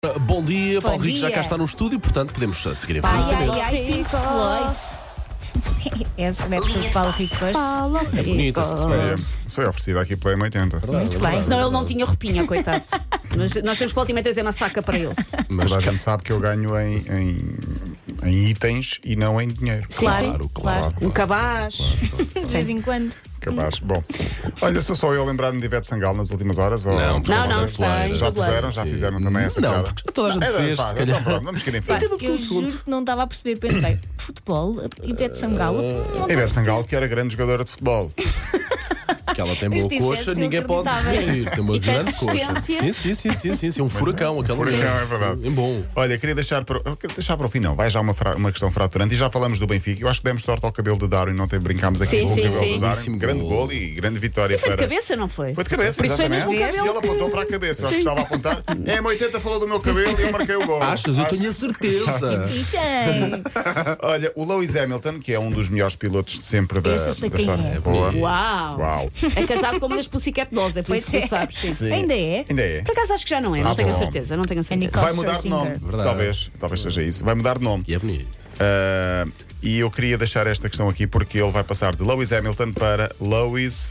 Bom dia, Paulo Bom Rico já dia. cá está no estúdio, portanto podemos seguir em Ai, frente. ai, ai, Pink Floyd. Esse método de Paulo Rico hoje. É bonita essa semana. Isso foi oferecido aqui pela M80. Muito bem. Senão ele não tinha roupinha, coitado. Mas nós temos que voltar e trazer uma saca para ele. Mas Toda a gente sabe que eu ganho em itens e não em dinheiro. Claro, claro. Um cabaz. De vez em quando. Capaz. Bom, olha, sou só eu a lembrar-me de Ivete Sangalo nas últimas horas? Ou... Não, porque Não, vocês tem Já dublagem. fizeram, já fizeram também essa Não, piada. porque toda a gente fez, se calhar. Então pronto, vamos seguir em Pá, frente. eu juro que não estava a perceber. Pensei, futebol, Ivete Sangalo. Não estou a Ivete perceber. Sangalo, que era grande jogadora de futebol. Que ela tem Mas boa dissesse, coxa, eu ninguém pode acreditava. discutir. Tem uma E tem grande coxa. resistência. Sim, um furacão. Aquela Furacão, é verdade. Sim, bom. Olha, queria deixar para o fim, não. Vai já uma questão fraturante. E já falamos do Benfica. Eu acho que demos sorte ao cabelo de Darwin. Não brincámos aqui Sim, com o sim, cabelo sim. de Darwin. Belíssimo Grande gol. gol e grande vitória Foi de para. cabeça, não foi? Foi de cabeça, Por isso foi exatamente. mesmo o cabelo E ele apontou para a cabeça. Eu acho que estava a apontar. M80 falou do meu cabelo e eu marquei o gol. Achas? Eu tenho a certeza. Ixem. Olha, o Lewis Hamilton, que é um dos melhores pilotos de sempre da Esse eu sei da quem história. é. Boa. Uau! Uau. É casado com uma das Pussycat Dolls, é por Pois isso que é. tu sabes. Sim. Sim. Ainda é? Ainda é. Por acaso acho que já não é, não tenho a bom. certeza. Não tenho a certeza. Nicole Vai mudar de nome. Scherzinger. Verdade. Talvez seja isso. Vai mudar de nome. E é bonito. E eu queria deixar esta questão aqui porque ele vai passar de Lewis Hamilton para Lewis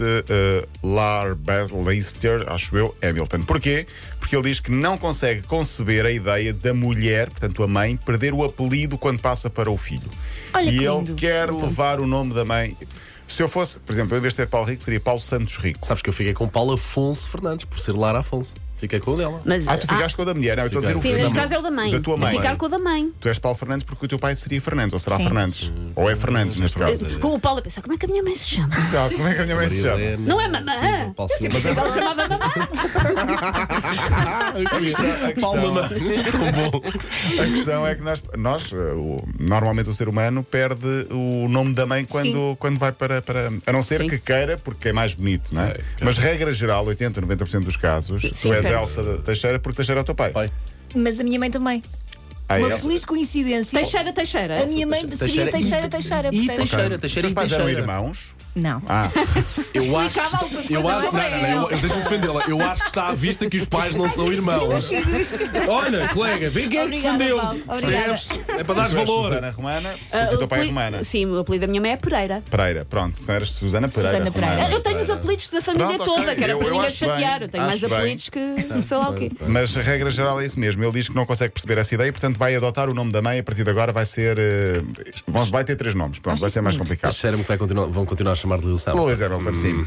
Lister, acho eu, Hamilton. Porquê? Porque ele diz que não consegue conceber a ideia da mulher, portanto a mãe, perder o apelido quando passa para o filho. Olha e que ele lindo. quer levar o nome da mãe. Se eu fosse, por exemplo, em vez de ser Paulo Rico, seria Paulo Santos Rico. Sabes que eu fiquei com Paulo Afonso Fernandes, por ser Lara Afonso. Fiquei com o dela. Mas, Tu ficaste com a da mulher, não? Eu estou a dizer o sim, filho. neste caso é o da mãe. Da tua mãe. Ficar com o da mãe. Tu és Paulo Fernandes porque o teu pai seria Fernandes, ou será Sim. Fernandes. Ou é Fernandes, neste caso. Com o Paulo a pensar, como é que a minha mãe se chama? Exato, como é que a minha mãe se chama? Helena, Não é mamã? Silva, Paulo Silva. Mas ela chamava mamã. Paulo Mamã. Tão bom. A questão é que normalmente o ser humano perde o nome da mãe quando vai para. A não ser Sim. que queira, porque é mais bonito, não é? Mas regra geral, 80, 90% dos casos, tu és perde. Elsa Teixeira porque Teixeira é o teu pai. Pai. Mas a minha mãe também. Ah, Uma Elsa. feliz coincidência. Teixeira. A minha mãe seria Teixeira. E portanto- Teixeira, Os Teixeira teus e pais eram Teixeira. irmãos? Não. Eu acho que Ficava está, algumas eu coisas acho, ao não, deixa-me defendê-la. Eu acho que está à vista que os pais não são irmãos. Olha, colega, vê quem é que Obrigada, defendeu. Paulo. Obrigada. Percebes? É para dar Tu és valor. Susana Romana, porque o teu pai é Romana. Sim, o apelido da minha mãe é Pereira. Pereira, pronto. Se eras Susana Pereira. Susana Pereira. Romana. Eu tenho os apelidos da família Pronto, toda, ok. que era para Eu ninguém acho chatear. bem, Eu tenho mais acho bem. apelidos que sei lá o quê. Mas a regra geral é isso mesmo. Ele diz que não consegue perceber essa ideia, portanto vai adotar o nome da mãe. A partir de agora vai ser. Vai ter 3 nomes. Pronto, Acho vai ser isso mais bonito. complicado. Cheira-me que vão continuar a chamar-lhe o Sam. Lewis Hamilton, sim.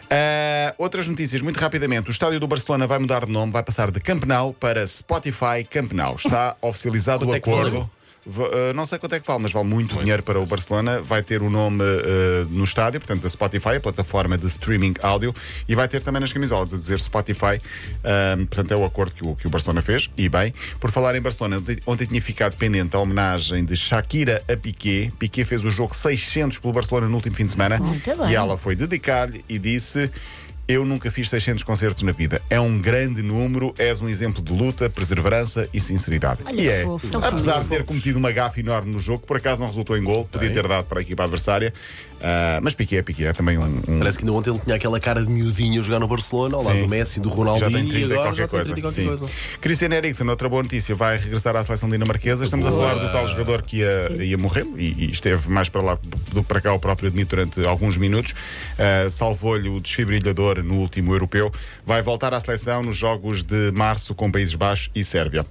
Outras notícias, muito rapidamente. O estádio do Barcelona vai mudar de nome, vai passar de Camp Nou para Spotify Camp Nou. Está oficializado o Quanto é que acordo. Não sei quanto é que vale, mas vale muito dinheiro para o Barcelona. Vai ter o nome no estádio, portanto, da Spotify, a plataforma de streaming áudio, e vai ter também nas camisolas a dizer Spotify. Portanto, é o acordo que o Barcelona fez. E bem, por falar em Barcelona, ontem tinha ficado pendente a homenagem de Shakira a Piqué. Piqué fez o jogo 600 pelo Barcelona no último fim de semana. Muito bem. E ela foi dedicar-lhe e disse: eu nunca fiz 600 concertos na vida. É um grande número, és um exemplo de luta, perseverança e sinceridade. Olha E que é. fofo. Apesar de ter cometido uma gafe enorme no jogo, por acaso não resultou em gol, podia ter dado para a equipa adversária. Mas Piqué é também um. Parece que ainda ontem ele tinha aquela cara de miudinho a jogar no Barcelona, ao lado Sim. do Messi e do Já Ronaldinho, tem 30 e e agora qualquer já tem coisa. 30 e qualquer Sim. coisa. Christian Eriksen, outra boa notícia, vai regressar à seleção dinamarquesa. Estamos a falar do tal jogador que ia morrer e esteve mais para lá do que para cá o próprio admite durante alguns minutos. Salvou-lhe o desfibrilhador no último europeu. Vai voltar à seleção nos jogos de março com Países Baixos e Sérvia.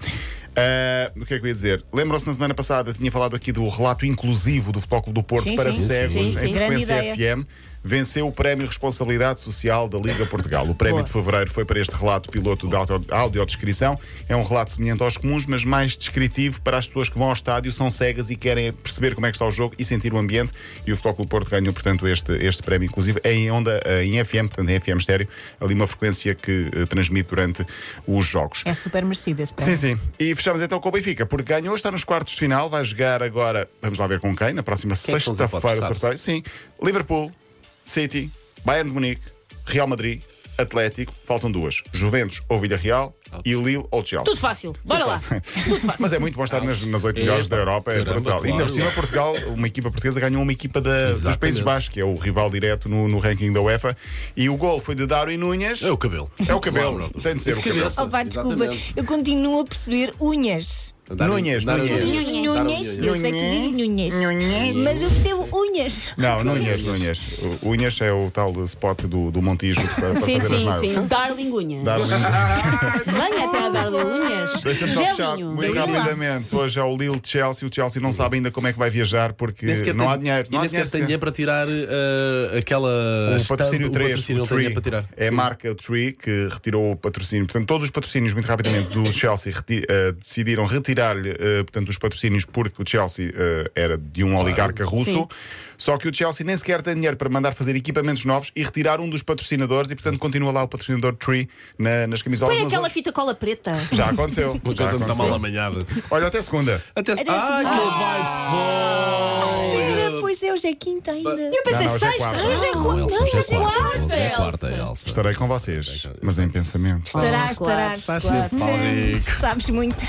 O que é que eu ia dizer? Lembram-se na semana passada, tinha falado aqui do relato inclusivo do Futebol Clube do Porto Sim, para sim. cegos Sim, sim. em Grande frequência ideia. FM. Venceu o Prémio Responsabilidade Social da Liga Portugal. O prémio de fevereiro foi para este relato piloto de audiodescrição. É um relato semelhante aos comuns, mas mais descritivo para as pessoas que vão ao estádio, são cegas e querem perceber como é que está o jogo e sentir o ambiente. E o Futebol Clube do Porto ganhou, portanto, este prémio, inclusive em onda, em FM, portanto, em FM estéreo, ali uma frequência que transmite durante os jogos. É super merecido esse prémio. Sim, sim. E fechamos então com o Benfica, porque ganhou, está nos quartos de final, vai jogar agora, vamos lá ver com quem, na próxima Quem é que são os sexta-feira, hipóteses, sorteio. Sim, Liverpool, City, Bayern de Munique, Real Madrid, Atlético, faltam duas, Juventus ou Villarreal, e Lille ou Chelsea. Tudo fácil. Bora lá. Tudo fácil. Mas é muito bom estar nas 8 melhores da Europa, é Caramba, Portugal. claro. Ainda por cima, Portugal, uma equipa portuguesa ganhou uma equipa dos Exatamente. Países Baixos, que é o rival direto no ranking da UEFA. E o gol foi de Darwin Núñez. É o cabelo. É o cabelo, Claro. tem de ser o cabelo. Cabeça. Oh, vá, desculpa, Exatamente. eu continuo a perceber unhas. Núñez, Dar- Núñez. Tu dizes nhunhas, eu sei que tu dizes nhunhas, mas eu percebo unhas. Não, Núñez. O Unhas é o tal spot do Montijo para Sim, fazer as sim, naves. sim. Darling Unha. Darwin. Venha até a Darling Unhas. Deixa-me só fechar Gelinho. muito Gelinho. rapidamente. Hoje é o Lille de Chelsea. O Chelsea não sabe ainda como é que vai viajar porque Nem sequer não tem- há dinheiro. E nem sequer tem dinheiro para tirar aquela. O patrocínio 3, patrocínio o não tem dinheiro Tree, para tirar. é a marca Tree que retirou o patrocínio. Portanto, todos os patrocínios, muito rapidamente, do Chelsea decidiram retirar-lhe portanto, os patrocínios porque o Chelsea era de um oligarca russo. Sim. Só que o Chelsea nem sequer tem dinheiro para mandar fazer equipamentos novos e retirar um dos patrocinadores e, portanto, continua lá o patrocinador Tree nas camisolas. Põe mas aquela hoje fita cola preta. já aconteceu. Uma Já coisa não está aconteceu. mal amanhada. Olha, até segunda. Até Até Ai, segunda. que ele vai de folga. Pois é, hoje é quinta ainda. Eu pensei Não, hoje é sexta. quarta. Hoje é Não, quarta. Elsa, Hoje é hoje é quarta, quarta, hoje é quarta, Elsa. Elsa. Estarei com vocês, mas em pensamento. Estarás, claro. estarás. Estás sempre fálico. Sabes muito.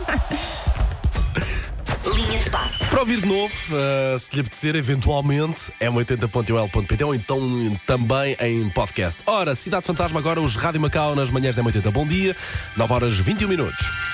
Linha de passe. Para ouvir de novo, se lhe apetecer, eventualmente, m80.ol.pt ou então também em podcast. Ora, Cidade Fantasma agora, os Rádio Macau nas manhãs da M80. Bom dia, 9h21.